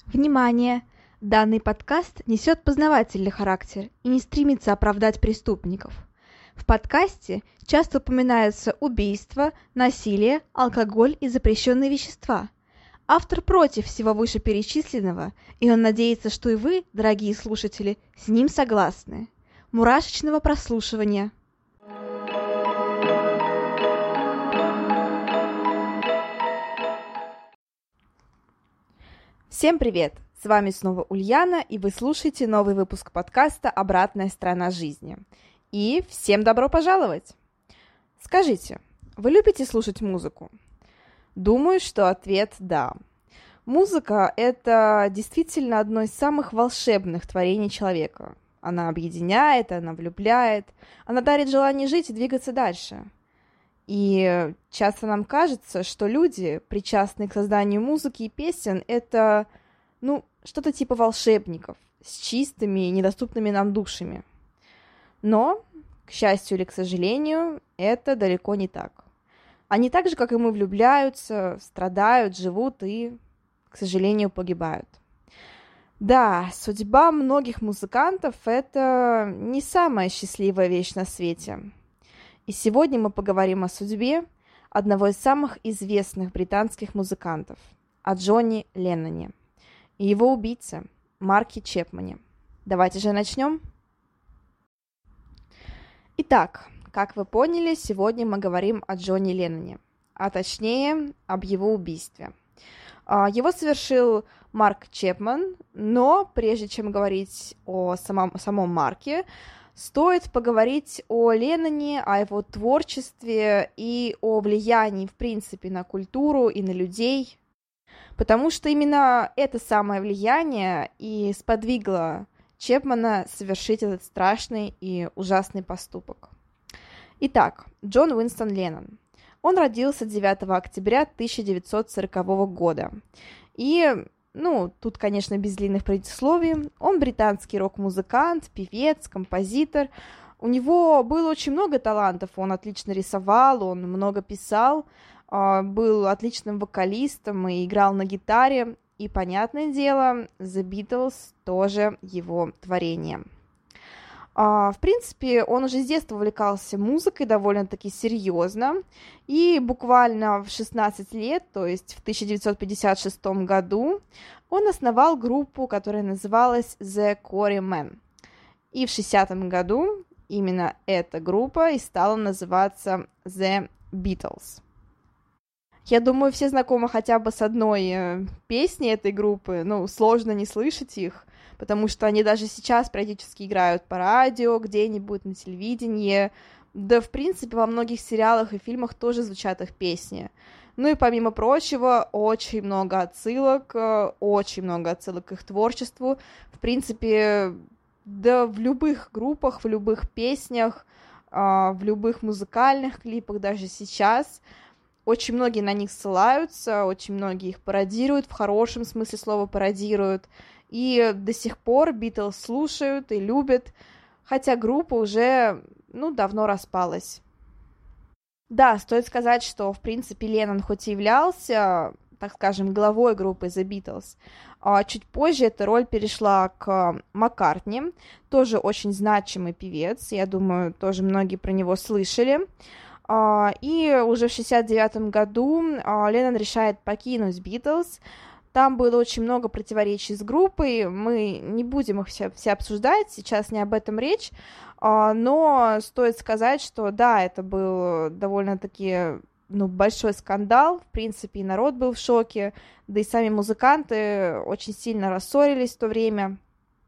Внимание! Данный подкаст несет познавательный характер и не стремится оправдать преступников. В подкасте часто упоминаются убийства, насилие, алкоголь и запрещенные вещества. Автор против всего вышеперечисленного, и он надеется, что и вы, дорогие слушатели, с ним согласны. Мурашечного прослушивания! Всем привет! С вами снова Ульяна, и вы слушаете новый выпуск подкаста «Обратная сторона жизни». И всем добро пожаловать! Скажите, вы любите слушать музыку? Думаю, что ответ «да». Музыка – это действительно одно из самых волшебных творений человека. Она объединяет, она влюбляет, она дарит желание жить и двигаться дальше. И часто нам кажется, что люди, причастные к созданию музыки и песен, это, что-то типа волшебников, с чистыми и недоступными нам душами. Но, к счастью или к сожалению, это далеко не так. Они так же, как и мы, влюбляются, страдают, живут и, к сожалению, погибают. Да, судьба многих музыкантов – это не самая счастливая вещь на свете. И сегодня мы поговорим о судьбе одного из самых известных британских музыкантов, о Джонни Ленноне, и его убийце Марке Чепмане. Давайте же начнем. Итак, как вы поняли, сегодня мы говорим о Джонни Ленноне, а точнее об его убийстве. Его совершил Марк Чепман, но прежде чем говорить о самом Марке, стоит поговорить о Ленноне, о его творчестве и о влиянии, в принципе, на культуру и на людей, потому что именно это самое влияние и сподвигло Чепмана совершить этот страшный и ужасный поступок. Итак, Джон Уинстон Леннон. Он родился 9 октября 1940 года. И тут, конечно, без длинных предисловий. Он британский рок-музыкант, певец, композитор. У него было очень много талантов. Он отлично рисовал, он много писал, был отличным вокалистом и играл на гитаре. И, понятное дело, The Beatles тоже его творение. В принципе, он уже с детства увлекался музыкой довольно-таки серьезно, и буквально в 16 лет, то есть в 1956 году, он основал группу, которая называлась The Quarrymen. И в 60-м году именно эта группа и стала называться The Beatles. Я думаю, все знакомы хотя бы с одной песней этой группы, сложно не слышать их, потому что они даже сейчас периодически играют по радио, где-нибудь на телевидении, да, в принципе, во многих сериалах и фильмах тоже звучат их песни. И помимо прочего, очень много отсылок к их творчеству, в принципе, да, в любых группах, в любых песнях, в любых музыкальных клипах, даже сейчас. Очень многие на них ссылаются, очень многие их пародируют, в хорошем смысле слова пародируют, и до сих пор Битлз слушают и любят, хотя группа уже, давно распалась. Да, стоит сказать, что, в принципе, Леннон хоть и являлся, так скажем, главой группы The Beatles, чуть позже эта роль перешла к Маккартни, тоже очень значимый певец, я думаю, тоже многие про него слышали. И уже в 1969 году Леннон решает покинуть Битлз. Там было очень много противоречий с группой, мы не будем их все обсуждать, сейчас не об этом речь, но стоит сказать, что да, это был довольно-таки большой скандал, в принципе, и народ был в шоке, да и сами музыканты очень сильно рассорились в то время.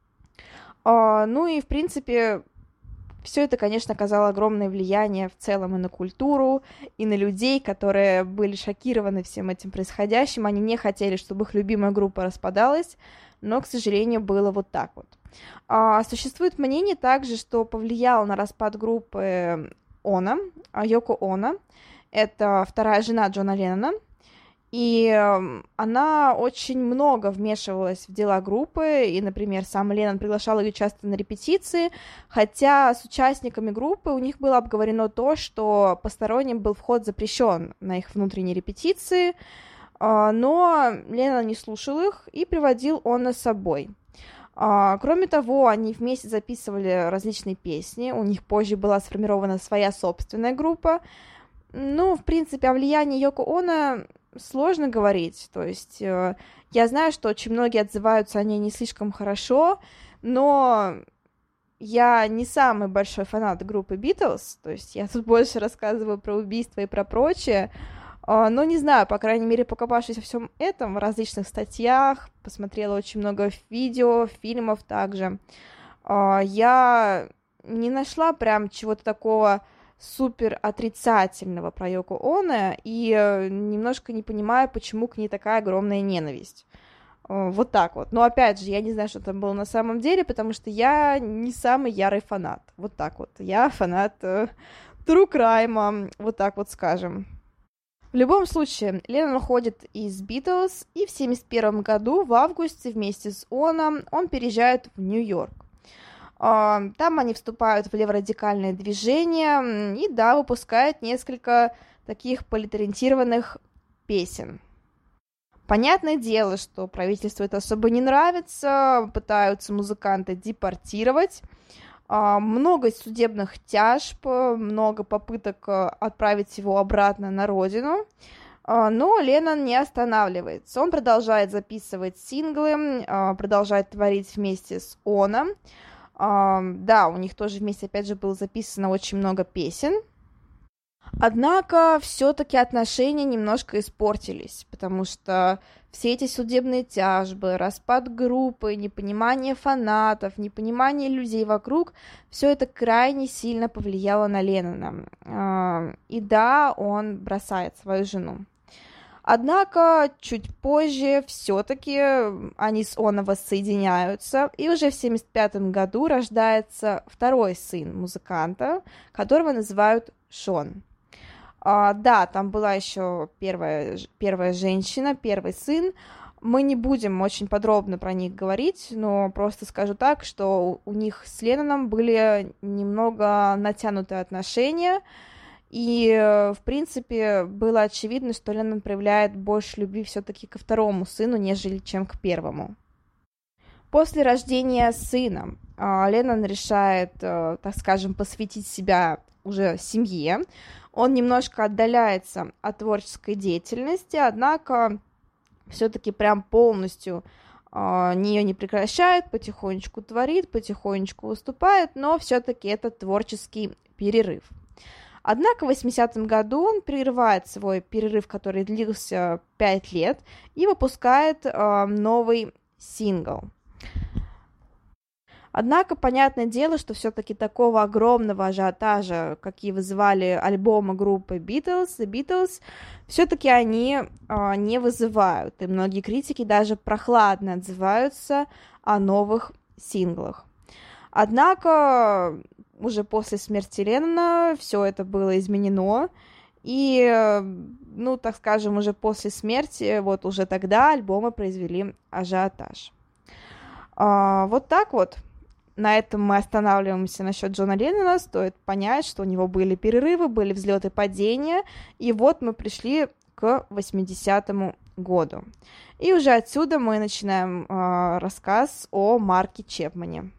И, в принципе, все это, конечно, оказало огромное влияние в целом и на культуру, и на людей, которые были шокированы всем этим происходящим. Они не хотели, чтобы их любимая группа распадалась, но, к сожалению, было вот так вот. Существует мнение также, что повлиял на распад группы Йоко Оно. Это вторая жена Джона Леннона. И она очень много вмешивалась в дела группы, и, например, сам Леннон приглашал ее часто на репетиции, хотя с участниками группы у них было обговорено то, что посторонним был вход запрещен на их внутренние репетиции, Но Леннон не слушал их и приводил Она с собой. Кроме того, они вместе записывали различные песни, у них позже была сформирована своя собственная группа. Ну, в принципе, о влиянии Йоко Оно сложно говорить, то есть я знаю, что очень многие отзываются о ней не слишком хорошо, но я не самый большой фанат группы Beatles, то есть я тут больше рассказываю про убийства и про прочее, но не знаю, по крайней мере, покопавшись во всем этом, в различных статьях, посмотрела очень много видео, фильмов также, я не нашла прям чего-то такого супер отрицательного про Йоко Оно, и немножко не понимаю, почему к ней такая огромная ненависть. Вот так вот. Но опять же, я не знаю, что там было на самом деле, потому что я не самый ярый фанат. Вот так вот. Я фанат True Crime, вот так вот скажем. В любом случае, Леннон уходит из Beatles, и в 1971 году, в августе, вместе с Оно, он переезжает в Нью-Йорк. Там они вступают в леворадикальное движение и, да, выпускают несколько таких политориентированных песен. Понятное дело, что правительству это особо не нравится, пытаются музыканта депортировать, много судебных тяжб, много попыток отправить его обратно на родину, но Леннон не останавливается, он продолжает записывать синглы, продолжает творить вместе с Оно. Да, у них тоже вместе, опять же, было записано очень много песен. Однако все-таки отношения немножко испортились, потому что все эти судебные тяжбы, распад группы, непонимание фанатов, непонимание людей вокруг, все это крайне сильно повлияло на Леннона. И да, он бросает свою жену. Однако чуть позже все-таки они с Оно воссоединяются, и уже в 1975 году рождается второй сын музыканта, которого называют Шон. Да, там была еще первая женщина, первый сын. Мы не будем очень подробно про них говорить, но просто скажу так, что у них с Ленноном были немного натянутые отношения, и, в принципе, было очевидно, что Леннон проявляет больше любви все-таки ко второму сыну, нежели чем к первому. После рождения сына Леннон решает, так скажем, посвятить себя уже семье. Он немножко отдаляется от творческой деятельности, однако все-таки прям полностью ее не прекращает, потихонечку творит, потихонечку выступает, но все-таки это творческий перерыв. Однако в 80-м году он прерывает свой перерыв, который длился 5 лет, и выпускает новый сингл. Однако, понятное дело, что все-таки такого огромного ажиотажа, какие вызывали альбомы группы Beatles, все-таки они не вызывают, и многие критики даже прохладно отзываются о новых синглах. Однако уже после смерти Леннона все это было изменено, и, ну, так скажем, уже после смерти, вот уже тогда альбомы произвели ажиотаж. Вот так вот. На этом мы останавливаемся насчет Джона Леннона. Стоит понять, что у него были перерывы, были взлеты и падения, и вот мы пришли к 80-му году. И уже отсюда мы начинаем рассказ о Марке Чепмане.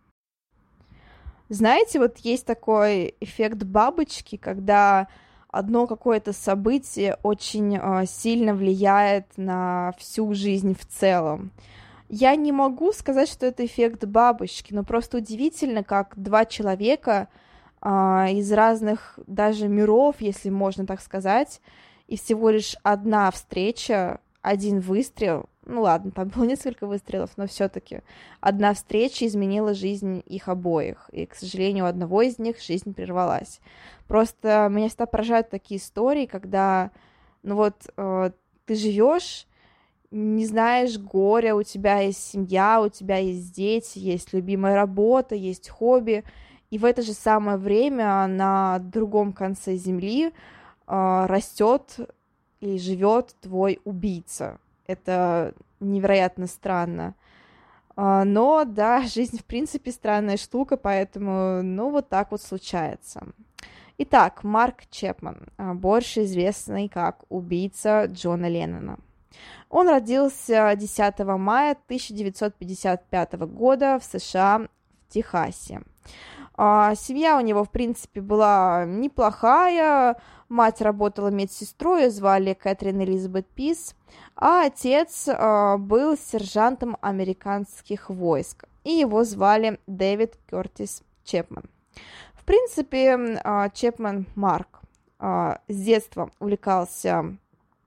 Знаете, вот есть такой эффект бабочки, когда одно какое-то событие очень сильно влияет на всю жизнь в целом. Я не могу сказать, что это эффект бабочки, но просто удивительно, как два человека из разных даже миров, если можно так сказать, и всего лишь одна встреча, один выстрел, ну ладно, там было несколько выстрелов, но все-таки одна встреча изменила жизнь их обоих, и, к сожалению, у одного из них жизнь прервалась. Просто меня всегда поражают такие истории, когда, ну вот, ты живешь, не знаешь горя, у тебя есть семья, у тебя есть дети, есть любимая работа, есть хобби, и в это же самое время на другом конце земли растет и живет твой убийца. Это невероятно странно. Но да, жизнь в принципе странная штука, поэтому, ну, вот так вот случается. Итак, Марк Чепман, больше известный как убийца Джона Леннона. Он родился 10 мая 1955 года в США, в Техасе. Семья у него, в принципе, была неплохая. Мать работала медсестрой, ее звали Кэтрин Элизабет Пис, а отец был сержантом американских войск, и его звали Дэвид Кертис Чепман. В принципе, Чепман Марк с детства увлекался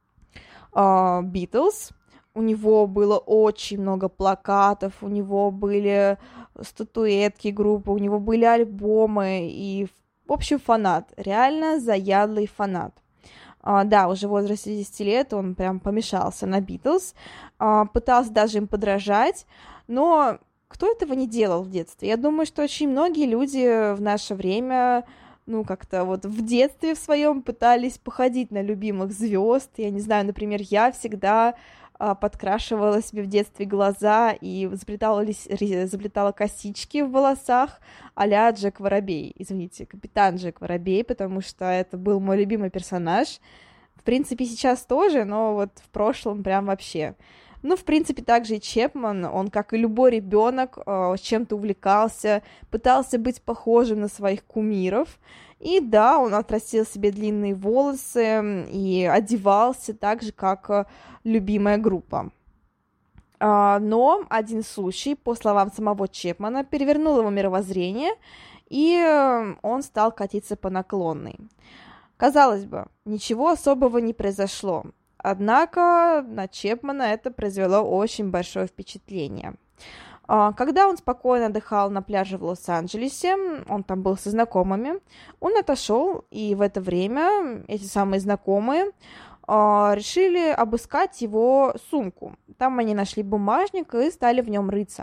Битлз. У него было очень много плакатов, у него были статуэтки группы, у него были альбомы, и, в общем, фанат, реально заядлый фанат. Да, уже в возрасте 10 лет он прям помешался на Битлз, пытался даже им подражать, но кто этого не делал в детстве? Я думаю, что очень многие люди в наше время, ну, как-то вот в детстве в своем пытались походить на любимых звезд. Я не знаю, например, я всегда подкрашивала себе в детстве глаза и заплетала косички в волосах а-ля Джек Воробей, извините, капитан Джек Воробей, потому что это был мой любимый персонаж. В принципе, сейчас тоже, но вот в прошлом прям вообще. Ну, в принципе, также и Чепман, он, как и любой ребенок, чем-то увлекался, пытался быть похожим на своих кумиров. И да, он отрастил себе длинные волосы и одевался так же, как любимая группа. Но один случай, по словам самого Чепмана, перевернул его мировоззрение, и он стал катиться по наклонной. Казалось бы, ничего особого не произошло. Однако на Чепмана это произвело очень большое впечатление. Когда он спокойно отдыхал на пляже в Лос-Анджелесе, он там был со знакомыми, он отошел, и в это время эти самые знакомые решили обыскать его сумку. Там они нашли бумажник и стали в нем рыться.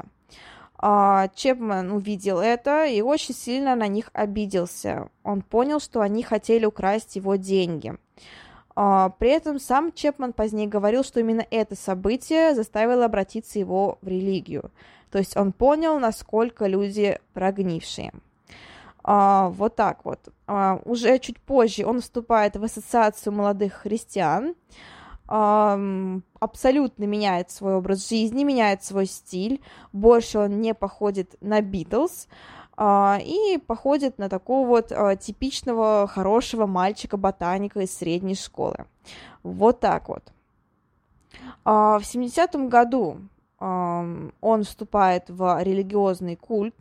Чепман увидел это и очень сильно на них обиделся. Он понял, что они хотели украсть его деньги. При этом сам Чепман позднее говорил, что именно это событие заставило обратиться его в религию. То есть он понял, насколько люди прогнившие. Вот так вот. Уже чуть позже он вступает в ассоциацию молодых христиан, абсолютно меняет свой образ жизни, меняет свой стиль. Больше он не походит на Битлз, и походит на такого вот типичного хорошего мальчика-ботаника из средней школы. Вот так вот. В 70-м году он вступает в религиозный культ,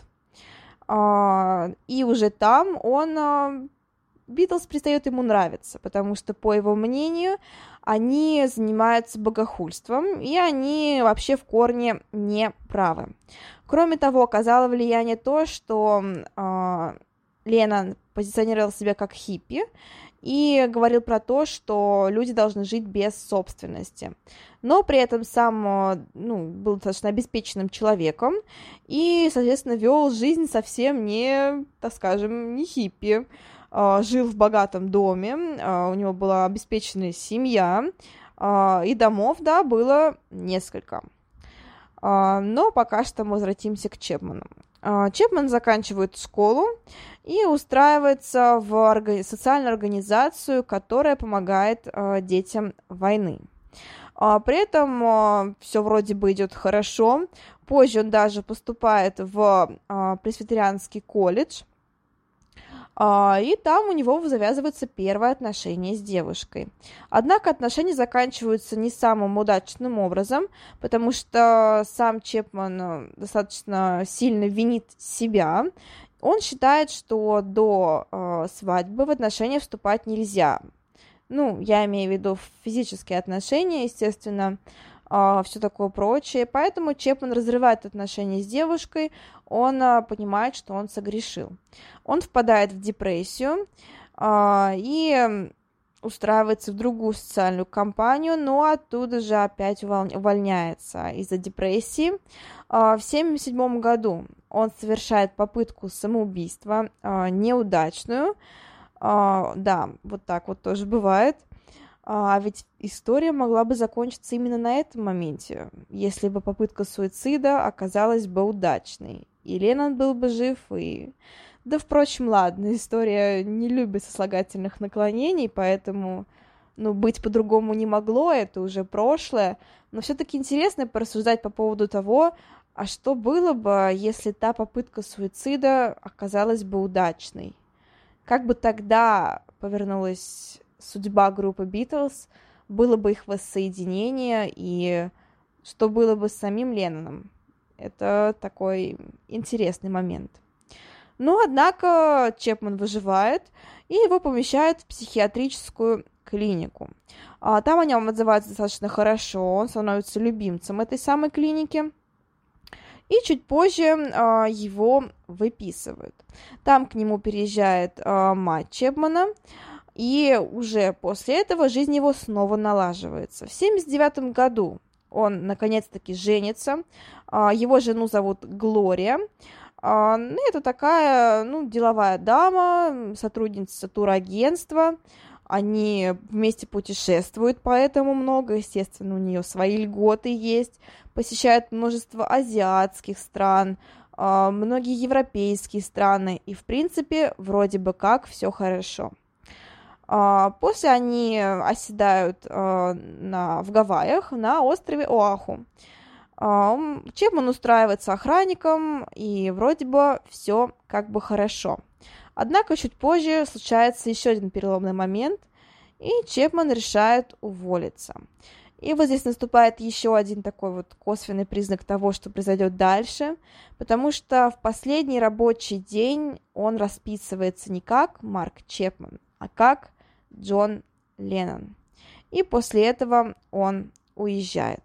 и уже там Битлз перестает ему нравиться, потому что, по его мнению, они занимаются богохульством, и они вообще в корне не правы. Кроме того, оказало влияние то, что Леннон позиционировал себя как хиппи и говорил про то, что люди должны жить без собственности. Но при этом сам был достаточно обеспеченным человеком и, соответственно, вел жизнь совсем не, так скажем, не хиппи. Жил в богатом доме, у него была обеспеченная семья, и домов, да, было несколько. Но пока что мы возвратимся к Чепману. Чепман заканчивает школу и устраивается в социальную организацию, которая помогает детям войны. При этом все вроде бы идет хорошо. Позже он даже поступает в пресвитерианский колледж, и там у него завязывается первое отношение с девушкой. Однако отношения заканчиваются не самым удачным образом, потому что сам Чепман достаточно сильно винит себя. Он считает, что до свадьбы в отношения вступать нельзя. Ну, я имею в виду физические отношения, естественно, все такое прочее. Поэтому Чепман разрывает отношения с девушкой, он понимает, что он согрешил. Он впадает в депрессию и устраивается в другую социальную компанию, но оттуда же опять увольняется из-за депрессии. В 1977 году он совершает попытку самоубийства, неудачную. Да, вот так вот тоже бывает. А ведь история могла бы закончиться именно на этом моменте, если бы попытка суицида оказалась бы удачной. И Леннон был бы жив, и... Да, впрочем, ладно, история не любит сослагательных наклонений, поэтому быть по-другому не могло, это уже прошлое, но все-таки интересно порассуждать по поводу того, а что было бы, если та попытка суицида оказалась бы удачной? Как бы тогда повернулась судьба группы Битлз, было бы их воссоединение, и что было бы с самим Ленноном? Это такой интересный момент. Но, однако, Чепман выживает, и его помещают в психиатрическую клинику. Там о нем отзываются достаточно хорошо, он становится любимцем этой самой клиники, и чуть позже его выписывают. Там к нему переезжает мать Чепмана, и уже после этого жизнь его снова налаживается. В 1979 году он наконец-таки женится, его жену зовут Глория. Это такая, деловая дама, сотрудница турагентства. Они вместе путешествуют, поэтому много, естественно, у нее свои льготы есть. Посещают множество азиатских стран, многие европейские страны. И, в принципе, вроде бы как все хорошо. После они оседают в Гавайях на острове Оаху. Чепман устраивается охранником, и вроде бы все как бы хорошо. Однако чуть позже случается еще один переломный момент, и Чепман решает уволиться. И вот здесь наступает еще один такой вот косвенный признак того, что произойдет дальше, потому что в последний рабочий день он расписывается не как Марк Чепман, а как Джон Леннон. И после этого он уезжает.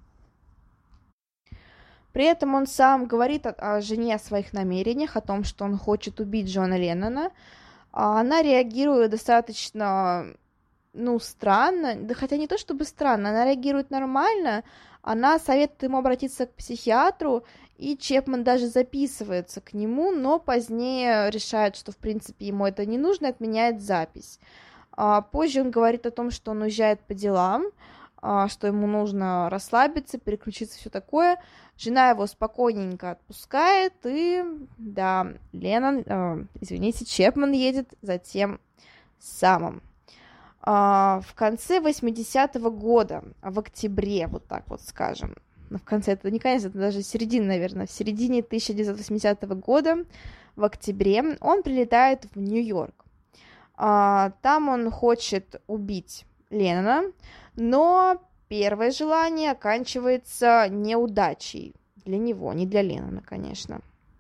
При этом он сам говорит о жене, о своих намерениях, о том, что он хочет убить Джона Леннона. Она реагирует достаточно, странно, да хотя не то чтобы странно, она реагирует нормально, она советует ему обратиться к психиатру, и Чепман даже записывается к нему, но позднее решает, что, в принципе, ему это не нужно, отменяет запись. Позже он говорит о том, что он уезжает по делам, что ему нужно расслабиться, переключиться, все такое. Жена его спокойненько отпускает, и, да, Чепман едет за тем самым. В конце 80-го года, в октябре, вот так вот скажем, в конце, это не конец, это даже середина, наверное, в середине 1980 года, в октябре, он прилетает в Нью-Йорк. Там он хочет убить Леннона, но первое желание оканчивается неудачей для него, не для Леннона, конечно.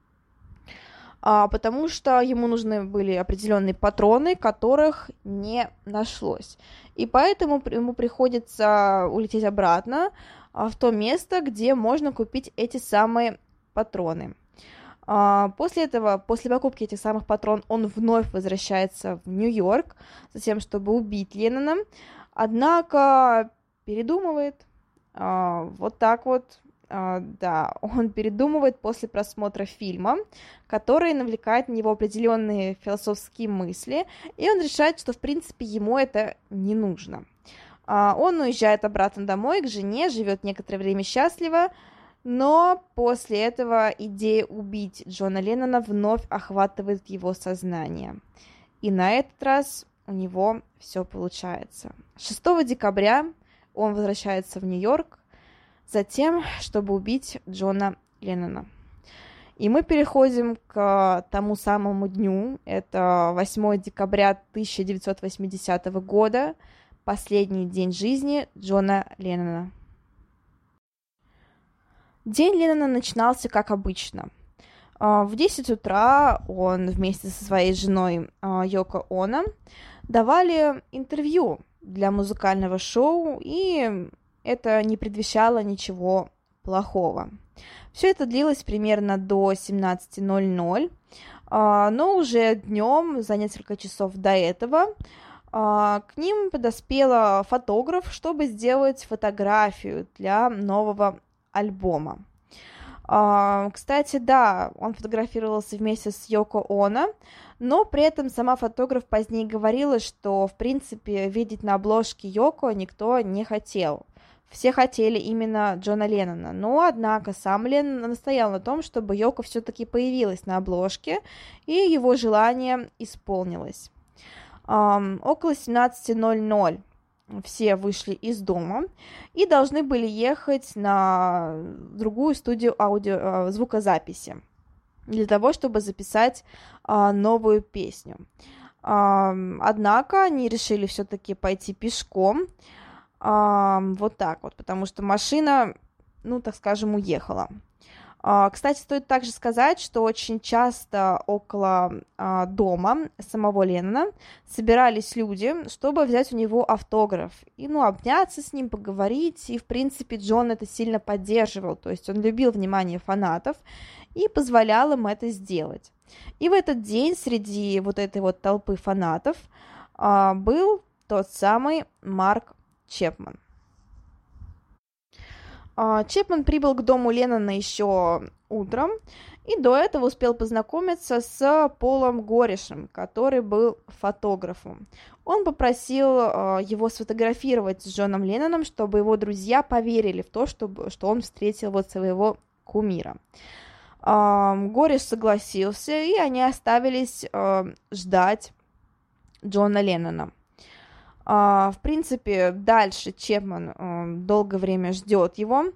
Потому что ему нужны были определенные патроны, которых не нашлось. И поэтому ему приходится улететь обратно в то место, где можно купить эти самые патроны. После этого, после покупки этих самых патрон, он вновь возвращается в Нью-Йорк, затем, чтобы убить Леннона, однако передумывает, вот так вот, да, он передумывает после просмотра фильма, который навлекает на него определенные философские мысли, и он решает, что, в принципе, ему это не нужно. Он уезжает обратно домой к жене, живет некоторое время счастливо, но после этого идея убить Джона Леннона вновь охватывает его сознание. И на этот раз у него все получается. 6 декабря он возвращается в Нью-Йорк затем, чтобы убить Джона Леннона. И мы переходим к тому самому дню. Это 8 декабря 1980 года, последний день жизни Джона Леннона. День Леннона начинался как обычно. В 10 утра он вместе со своей женой Йоко Оно давали интервью для музыкального шоу, и это не предвещало ничего плохого. Все это длилось примерно до 17:00, но уже днем, за несколько часов до этого, к ним подоспела фотограф, чтобы сделать фотографию для нового альбома. Кстати, да, он фотографировался вместе с Йоко Оно, но при этом сама фотограф позднее говорила, что, в принципе, видеть на обложке Йоко никто не хотел. Все хотели именно Джона Леннона, но, однако, сам Леннон настоял на том, чтобы Йоко все-таки появилась на обложке, и его желание исполнилось. Около 17:00 все вышли из дома и должны были ехать на другую студию звукозаписи для того, чтобы записать новую песню. Однако они решили все-таки пойти пешком, вот так вот, потому что машина, ну, так скажем, уехала. Кстати, стоит также сказать, что очень часто около дома самого Леннона собирались люди, чтобы взять у него автограф и, ну, обняться с ним, поговорить, и, в принципе, Джон это сильно поддерживал, то есть он любил внимание фанатов и позволял им это сделать. И в этот день среди вот этой вот толпы фанатов был тот самый Марк Чепман. Чепман прибыл к дому Леннона еще утром, и до этого успел познакомиться с Полом Горишем, который был фотографом. Он попросил его сфотографировать с Джоном Ленноном, чтобы его друзья поверили в то, что он встретил вот своего кумира. Гориш согласился, и они оставились ждать Джона Леннона. В принципе, дальше Чепман долгое время ждет его.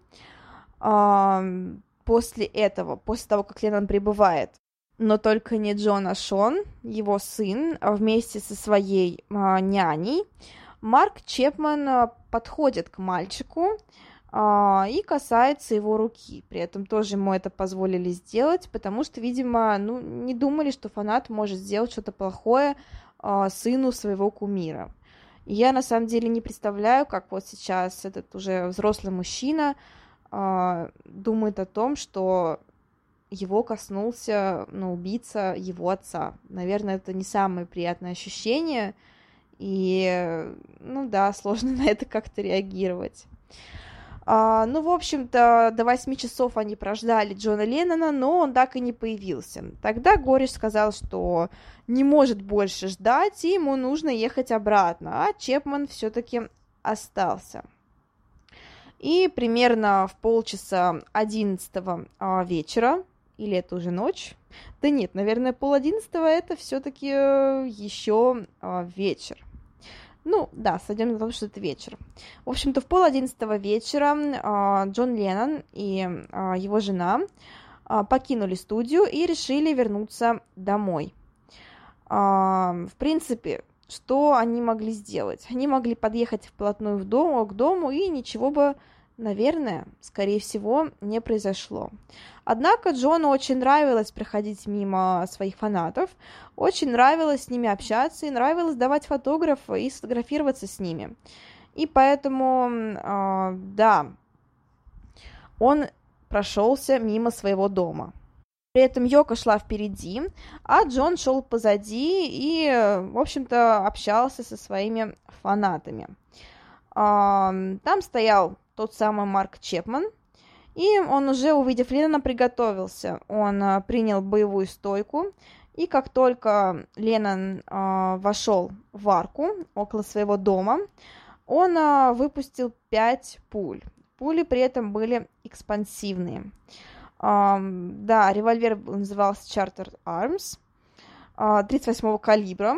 После того, как Леннон прибывает, но только не Джон, а Шон, его сын, вместе со своей няней, Марк Чепман подходит к мальчику и касается его руки. При этом тоже ему это позволили сделать, потому что, видимо, не думали, что фанат может сделать что-то плохое сыну своего кумира. Я на самом деле не представляю, как вот сейчас этот уже взрослый мужчина думает о том, что его коснулся, убийца его отца. Наверное, это не самое приятное ощущение, и, сложно на это как-то реагировать. В общем-то, до 8 часов они прождали Джона Леннона, но он так и не появился. Тогда Гориш сказал, что не может больше ждать, и ему нужно ехать обратно, а Чепман все-таки остался. И примерно в 10:30 вечера, или это уже ночь? Да нет, наверное, 10:30 это все-таки еще вечер. Сойдем на том, что это вечер. В общем-то, в 10:30 вечера Джон Леннон и его жена покинули студию и решили вернуться домой. В принципе, что они могли сделать? Они могли подъехать вплотную к дому, и ничего бы, наверное, скорее всего, не произошло. Однако Джону очень нравилось проходить мимо своих фанатов, очень нравилось с ними общаться, и нравилось давать фотографы и сфотографироваться с ними. И поэтому, он прошелся мимо своего дома. При этом Йоко шла впереди, а Джон шел позади и, в общем-то, общался со своими фанатами. Там стоял тот самый Марк Чепман, и он уже, увидев Леннона, приготовился. Он принял боевую стойку, и как только Леннон вошел в арку около своего дома, он выпустил 5 пуль. Пули при этом были экспансивные. Револьвер назывался Charter Arms 38-го калибра.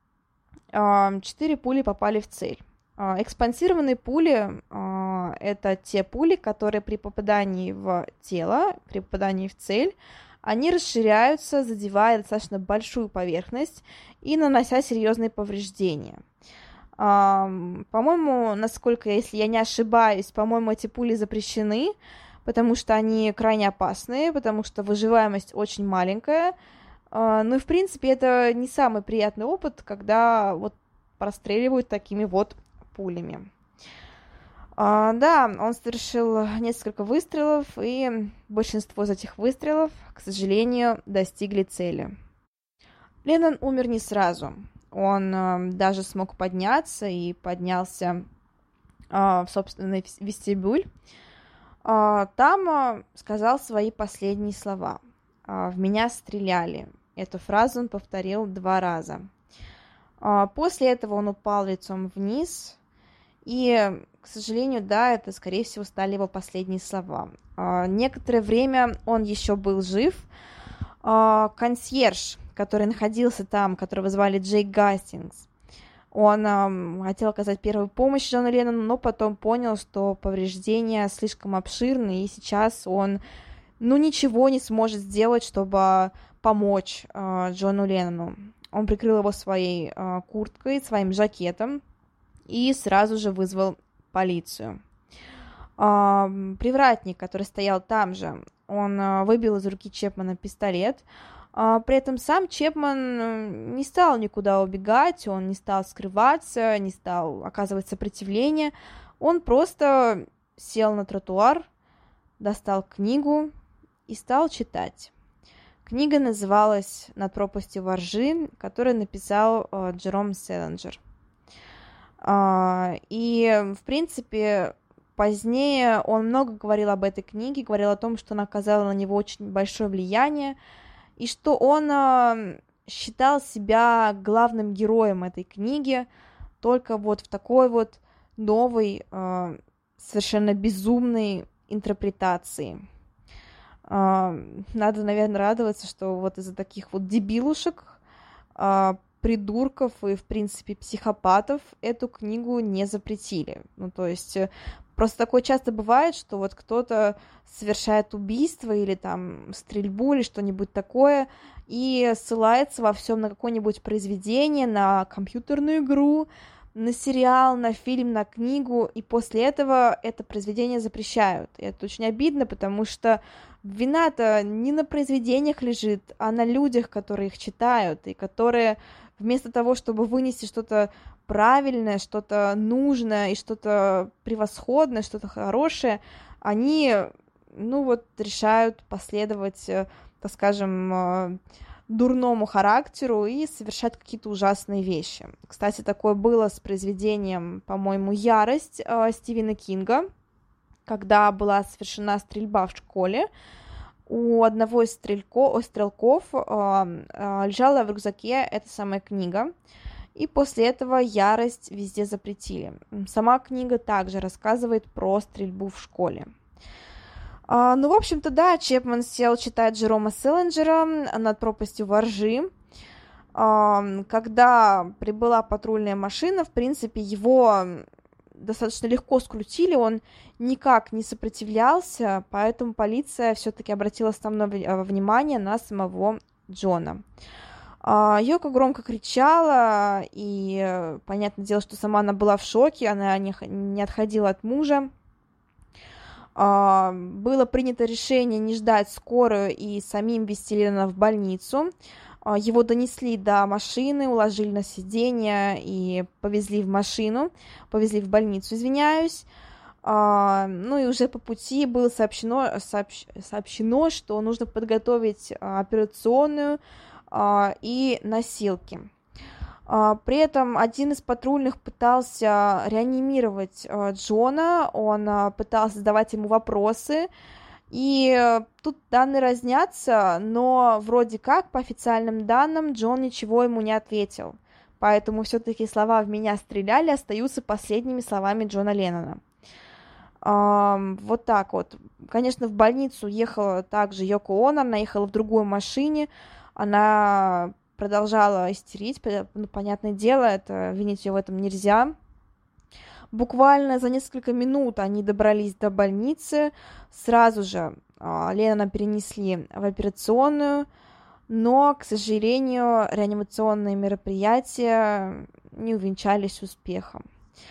4 пули попали в цель. Экспансированные пули это те пули, которые при попадании в тело, при попадании в цель, они расширяются, задевая достаточно большую поверхность и нанося серьезные повреждения. По-моему, если я не ошибаюсь, по-моему, эти пули запрещены, потому что они крайне опасные, потому что выживаемость очень маленькая. И, в принципе, это не самый приятный опыт, когда простреливают такими пулями. Он совершил несколько выстрелов, и большинство из этих выстрелов, к сожалению, достигли цели. Леннон умер не сразу. Он даже смог подняться и поднялся в собственный вестибюль. Там сказал свои последние слова. «В меня стреляли». Эту фразу он повторил 2 раза. После этого он упал лицом вниз, и, к сожалению, это, скорее всего, стали его последние слова. Некоторое время он еще был жив. Консьерж, который находился там, которого звали Джейк Гастингс, Он хотел оказать первую помощь Джону Леннону, но потом понял, что повреждения слишком обширны, и сейчас он, ничего не сможет сделать, чтобы помочь Джону Леннону. Он прикрыл его своей курткой, своим жакетом и сразу же вызвал полицию. Привратник, который стоял там же, он выбил из руки Чепмана пистолет. При этом сам Чепман не стал никуда убегать, он не стал скрываться, не стал оказывать сопротивление. Он просто сел на тротуар, достал книгу и стал читать. Книга называлась «Над пропастью во ржи», которую написал Джером Селлинджер. И, в принципе, позднее он много говорил об этой книге, говорил о том, что она оказала на него очень большое влияние, и что он считал себя главным героем этой книги, только вот в такой вот новой, совершенно безумной интерпретации. Надо, наверное, радоваться, что вот из-за таких вот дебилушек, придурков и, в принципе, психопатов эту книгу не запретили. То есть просто такое часто бывает, что вот кто-то совершает убийство или там стрельбу или что-нибудь такое и ссылается во всем на какое-нибудь произведение, на компьютерную игру, на сериал, на фильм, на книгу, и после этого это произведение запрещают. И это очень обидно, потому что вина-то не на произведениях лежит, а на людях, которые их читают, и которые вместо того, чтобы вынести что-то правильное, что-то нужное и что-то превосходное, что-то хорошее, они, решают последовать, так скажем, дурному характеру и совершать какие-то ужасные вещи. Кстати, такое было с произведением, по-моему, «Ярость» Стивена Кинга, когда была совершена стрельба в школе. У одного из стрелков лежала в рюкзаке эта самая книга, и после этого «Ярость» везде запретили. Сама книга также рассказывает про стрельбу в школе. В общем-то, да, Чепман сел читать Джерома Селлинджера «Над пропастью во ржи». Когда прибыла патрульная машина, в принципе, его достаточно легко скрутили, он никак не сопротивлялся, поэтому полиция все-таки обратила основное внимание на самого Джона. Йоко громко кричала, и понятное дело, что сама она была в шоке, она не отходила от мужа. Было принято решение не ждать скорую и самим везти Леннона в больницу. Его донесли до машины, уложили на сиденье и повезли в больницу, извиняюсь. И уже по пути было сообщено, что нужно подготовить операционную и носилки. При этом один из патрульных пытался реанимировать Джона, он пытался задавать ему вопросы, и тут данные разнятся, но вроде как, по официальным данным, Джон ничего ему не ответил. Поэтому все-таки слова «в меня стреляли» остаются последними словами Джона Леннона. Вот так вот. Конечно, в больницу ехала также Йоко Оно, она ехала в другой машине, она продолжала истерить, понятное дело, это винить ее в этом нельзя. Буквально за несколько минут они добрались до больницы, сразу же Леннона перенесли в операционную, но, к сожалению, реанимационные мероприятия не увенчались успехом.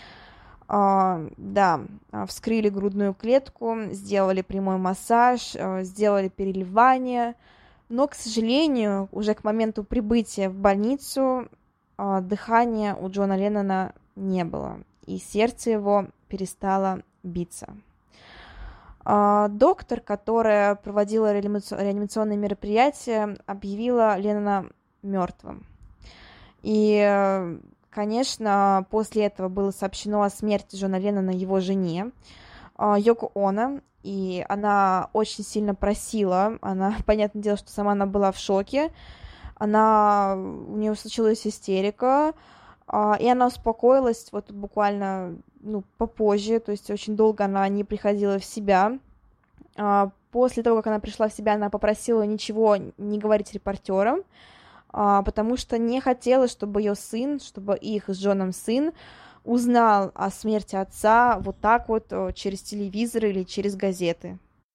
Вскрыли грудную клетку, сделали прямой массаж, сделали переливание, но, к сожалению, уже к моменту прибытия в больницу дыхания у Джона Леннона не было, и сердце его перестало биться. Доктор, которая проводила реанимационные мероприятия, объявила Леннона мертвым. И, конечно, после этого было сообщено о смерти Джона Леннона его жене Йоко Оно, и она очень сильно просила, понятное дело, что сама она была в шоке, у нее случилась истерика, и она успокоилась вот буквально попозже, то есть очень долго она не приходила в себя. После того, как она пришла в себя, она попросила ничего не говорить репортерам, потому что не хотела, чтобы ее сын, чтобы их с Джоном сын узнал о смерти отца вот так вот через телевизор или через газеты.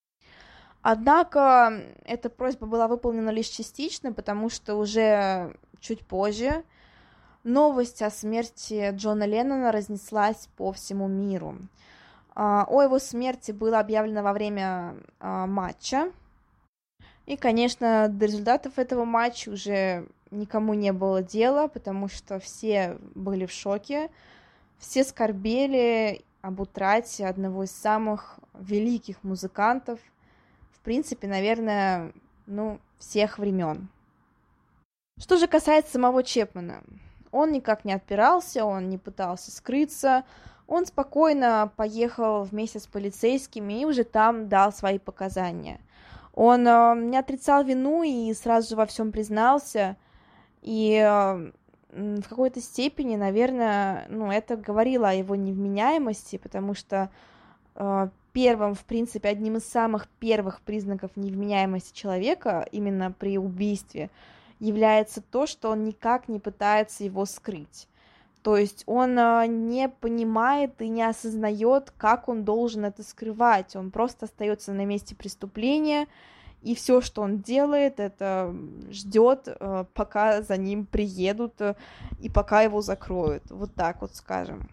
Однако эта просьба была выполнена лишь частично, потому что уже чуть позже новость о смерти Джона Леннона разнеслась по всему миру. О его смерти было объявлено во время матча. И, конечно, до результатов этого матча уже никому не было дела, потому что все были в шоке, все скорбели об утрате одного из самых великих музыкантов, в принципе, наверное, всех времен. Что же касается самого Чепмана, он никак не отпирался, он не пытался скрыться, он спокойно поехал вместе с полицейскими и уже там дал свои показания. Он не отрицал вину и сразу же во всем признался, и в какой-то степени, наверное, это говорило о его невменяемости, потому что первым, в принципе, одним из самых первых признаков невменяемости человека именно при убийстве является то, что он никак не пытается его скрыть. То есть он не понимает и не осознает, как он должен это скрывать. Он просто остается на месте преступления, и все, что он делает, это ждет, пока за ним приедут и пока его закроют. Вот так вот скажем.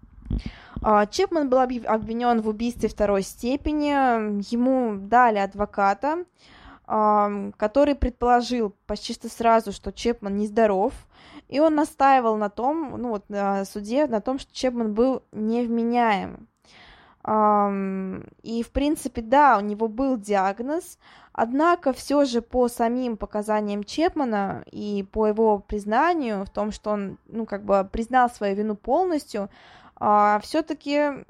Чепман был обвинен в убийстве второй степени. Ему дали адвоката, который предположил почти что сразу, что Чепман нездоров, и он настаивал на том, на суде, на том, что Чепман был невменяем. И, в принципе, да, у него был диагноз, однако все же по самим показаниям Чепмана и по его признанию в том, что он, признал свою вину полностью, все-таки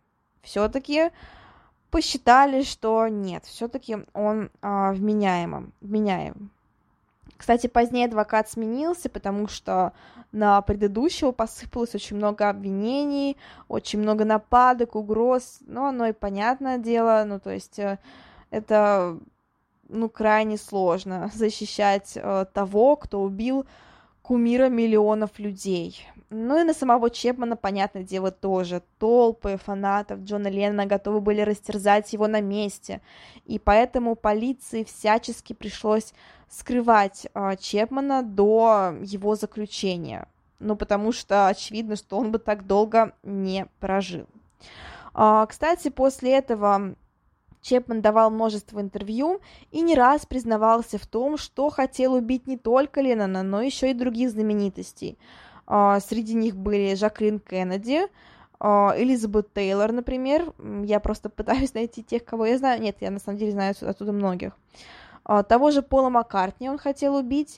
посчитали, что нет, все-таки он вменяем. Кстати, позднее адвокат сменился, потому что на предыдущего посыпалось очень много обвинений, очень много нападок, угроз, но оно и понятное дело, то есть это, крайне сложно защищать того, кто убил кумира миллионов людей. И на самого Чепмана, понятное дело, тоже. Толпы фанатов Джона Леннона готовы были растерзать его на месте. И поэтому полиции всячески пришлось скрывать Чепмана до его заключения. Потому что очевидно, что он бы так долго не прожил. Кстати, после этого Чепман давал множество интервью и не раз признавался в том, что хотел убить не только Леннона, но еще и других знаменитостей. Среди них были Жаклин Кеннеди, Элизабет Тейлор, например. Я просто пытаюсь найти тех, кого я знаю. Нет, я на самом деле знаю оттуда многих. Того же Пола Маккартни он хотел убить.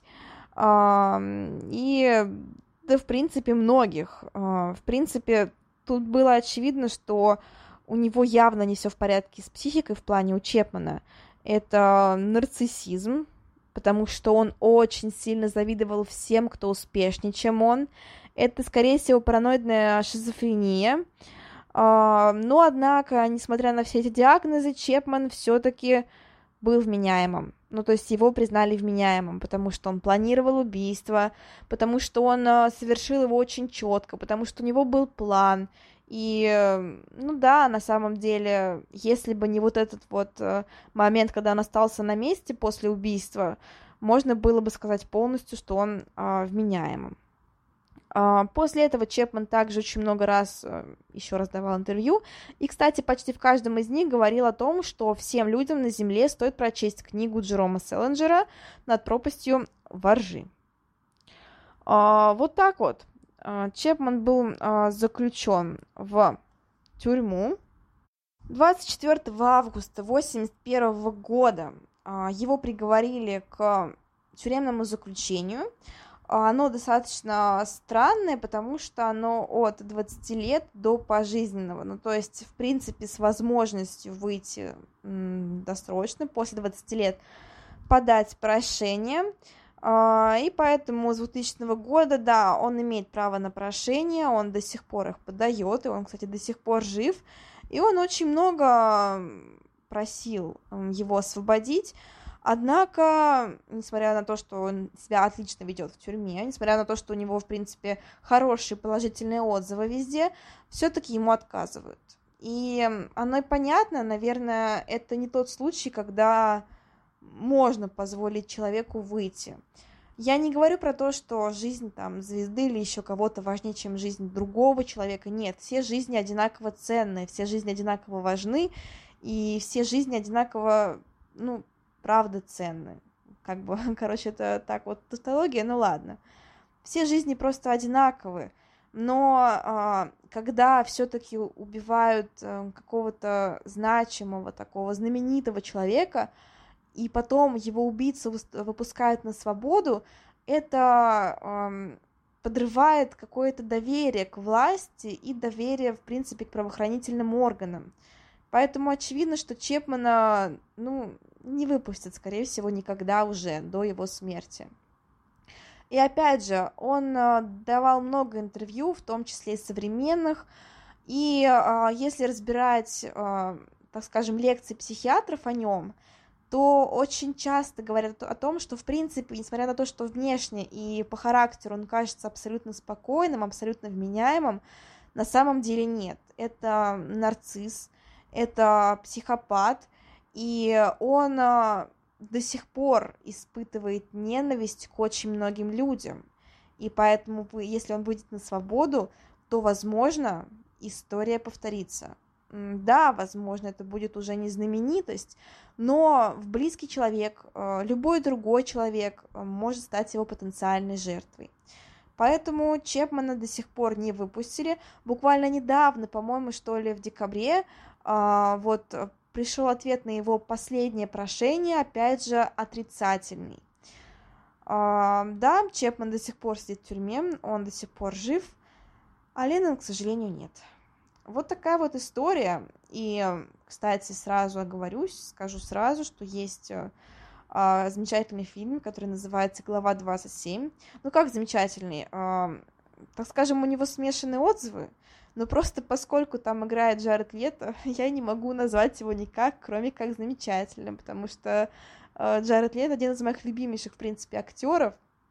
И, да, в принципе, многих. В принципе, тут было очевидно, что у него явно не все в порядке с психикой в плане у Чепмана. Это нарциссизм, потому что он очень сильно завидовал всем, кто успешнее, чем он. Это, скорее всего, параноидная шизофрения. Но, однако, несмотря на все эти диагнозы, Чепман все-таки был вменяемым. То есть его признали вменяемым, потому что он планировал убийство, потому что он совершил его очень четко, потому что у него был план. И, да, на самом деле, если бы не вот этот вот момент, когда он остался на месте после убийства, можно было бы сказать полностью, что он вменяемым. После этого Чепман также очень много раз еще раз давал интервью, и, кстати, почти в каждом из них говорил о том, что всем людям на Земле стоит прочесть книгу Джерома Селлинджера «Над пропастью во ржи». Вот так вот. Чепман был заключен в тюрьму. 24 августа 1981 года его приговорили к тюремному заключению. Оно достаточно странное, потому что оно от 20 лет до пожизненного. То есть, в принципе, с возможностью выйти досрочно после 20 лет, подать прошение. И поэтому с 2000 года, да, он имеет право на прошение, он до сих пор их подает, и он, кстати, до сих пор жив, и он очень много просил его освободить, Однако, несмотря на то, что он себя отлично ведет в тюрьме, несмотря на то, что у него, в принципе, хорошие положительные отзывы везде, все-таки ему отказывают. И оно и понятно, наверное, это не тот случай, когда можно позволить человеку выйти. Я не говорю про то, что жизнь там звезды или еще кого-то важнее, чем жизнь другого человека. Нет, все жизни одинаково ценные, все жизни одинаково важны, и все жизни одинаково, ну, правда ценны. Как бы, короче, это так вот тавтология, ну ладно. Все жизни просто одинаковы, но когда все-таки убивают какого-то значимого, такого знаменитого человека, и потом его убийцу выпускают на свободу, это подрывает какое-то доверие к власти и доверие, в принципе, к правоохранительным органам. Поэтому очевидно, что Чепмана, ну, не выпустят, скорее всего, никогда уже до его смерти. И опять же, он давал много интервью, в том числе и современных, и если разбирать, так скажем, лекции психиатров о нем, то очень часто говорят о том, что, в принципе, несмотря на то, что внешне и по характеру он кажется абсолютно спокойным, абсолютно вменяемым, на самом деле нет. Это нарцисс, это психопат, и он до сих пор испытывает ненависть к очень многим людям. И поэтому, если он выйдет на свободу, то, возможно, история повторится. Да, возможно, это будет уже не знаменитость, но близкий человек, любой другой человек может стать его потенциальной жертвой. Поэтому Чепмана до сих пор не выпустили. Буквально недавно, по-моему, что ли, в декабре, вот пришел ответ на его последнее прошение, опять же, отрицательный. Да, Чепман до сих пор сидит в тюрьме, он до сих пор жив, а Леннон, к сожалению, нет. Вот такая вот история. И, кстати, сразу оговорюсь, скажу сразу, что есть замечательный фильм, который называется «Глава 27». Ну, как замечательный? Так скажем, у него смешанные отзывы, но просто поскольку там играет Джаред Лето, я не могу назвать его никак, кроме как замечательным, потому что Джаред Лето один из моих любимейших, в принципе, актеров.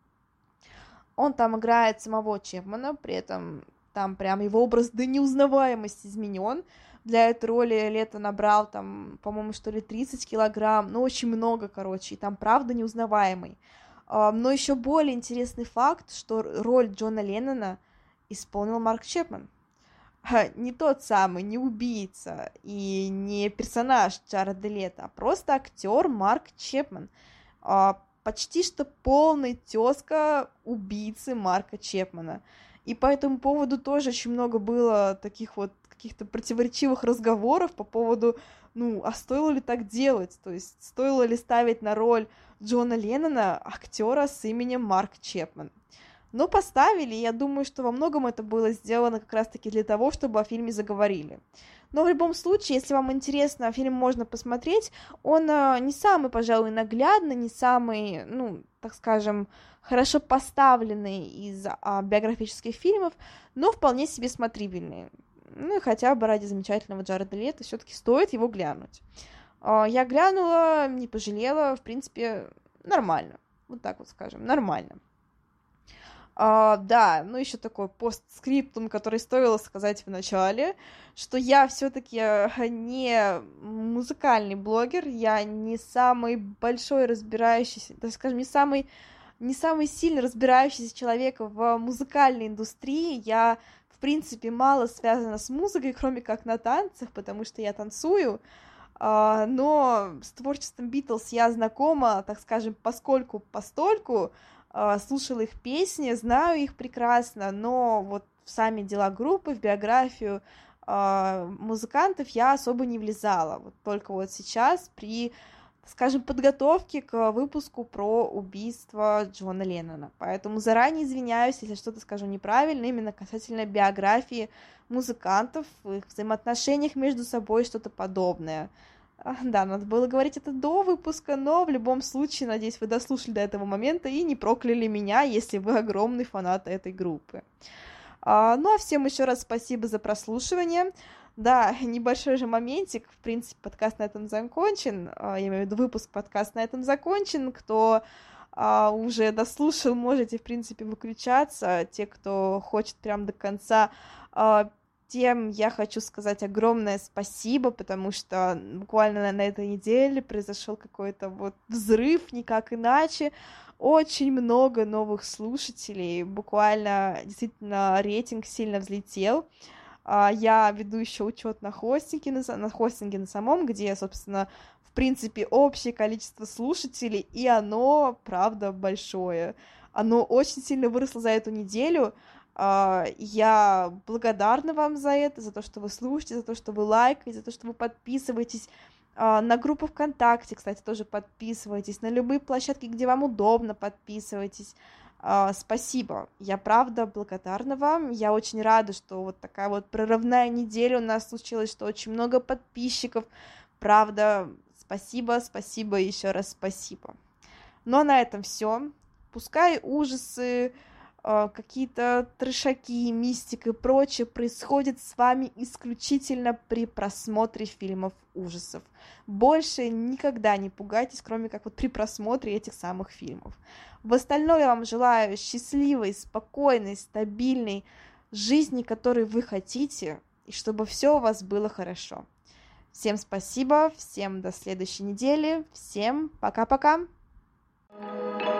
Он там играет самого Чепмана, при этом там прям его образ до неузнаваемости изменен. Для этой роли Лето набрал там, по-моему, что ли 30 килограмм, ну, очень много, короче, и там правда неузнаваемый. Но еще более интересный факт, что роль Джона Леннона исполнил Марк Чепман. Не тот самый, не убийца и не персонаж Джареда Лето, а просто актер Марк Чепман. Почти что полный тезка убийцы Марка Чепмана. И по этому поводу тоже очень много было таких вот каких-то противоречивых разговоров по поводу, ну, а стоило ли так делать? То есть стоило ли ставить на роль Джона Леннона актера с именем Марк Чепман? Но поставили, и я думаю, что во многом это было сделано как раз-таки для того, чтобы о фильме заговорили. Но в любом случае, если вам интересно, фильм можно посмотреть. Он не самый, пожалуй, наглядный, не самый, ну, так скажем, хорошо поставленный из биографических фильмов, но вполне себе смотрибельный. Ну и хотя бы ради замечательного Джареда Лето все-таки стоит его глянуть. Я глянула, не пожалела, в принципе, нормально. Вот так вот скажем, нормально. Да, ну еще такой постскриптум, который стоило сказать в начале, что я все-таки не музыкальный блогер, я не самый большой разбирающийся, так скажем, не самый сильно разбирающийся человек в музыкальной индустрии. Я, в принципе, мало связана с музыкой, кроме как на танцах, потому что я танцую. Но с творчеством Битлз я знакома, так скажем, постольку, слушала их песни, знаю их прекрасно, но вот в сами дела группы, в биографию музыкантов я особо не влезала. Вот только вот сейчас при, скажем, подготовке к выпуску про убийство Джона Леннона. Поэтому заранее извиняюсь, если что-то скажу неправильно, именно касательно биографии музыкантов, их взаимоотношениях между собой, что-то подобное. Да, надо было говорить это до выпуска, но в любом случае, надеюсь, вы дослушали до этого момента и не прокляли меня, если вы огромный фанат этой группы. Ну, а всем еще раз спасибо за прослушивание. Да, небольшой же моментик, в принципе, подкаст на этом закончен, я имею в виду выпуск подкаста на этом закончен, кто уже дослушал, можете, в принципе, выключаться, те, кто хочет прям до конца, тем я хочу сказать огромное спасибо, потому что буквально на этой неделе произошел какой-то вот взрыв, никак иначе, очень много новых слушателей, буквально действительно рейтинг сильно взлетел. Я веду еще учет на хостинге, на хостинге на самом, где, собственно, в принципе, общее количество слушателей, и оно, правда, большое. Оно очень сильно выросло за эту неделю. Я благодарна вам за это, за то, что вы слушаете, за то, что вы лайкаете, за то, что вы подписываетесь. На группу ВКонтакте, кстати, тоже подписывайтесь, на любые площадки, где вам удобно, подписывайтесь. Спасибо, я правда благодарна вам, я очень рада, что вот такая вот прорывная неделя у нас случилась, что очень много подписчиков, правда, спасибо, спасибо, еще раз спасибо. Но на этом все. Пускай ужасы, какие-то трешаки, мистика и прочее происходит с вами исключительно при просмотре фильмов ужасов. Больше никогда не пугайтесь, кроме как вот при просмотре этих самых фильмов. В остальном я вам желаю счастливой, спокойной, стабильной жизни, которой вы хотите, и чтобы все у вас было хорошо. Всем спасибо, всем до следующей недели, всем пока-пока.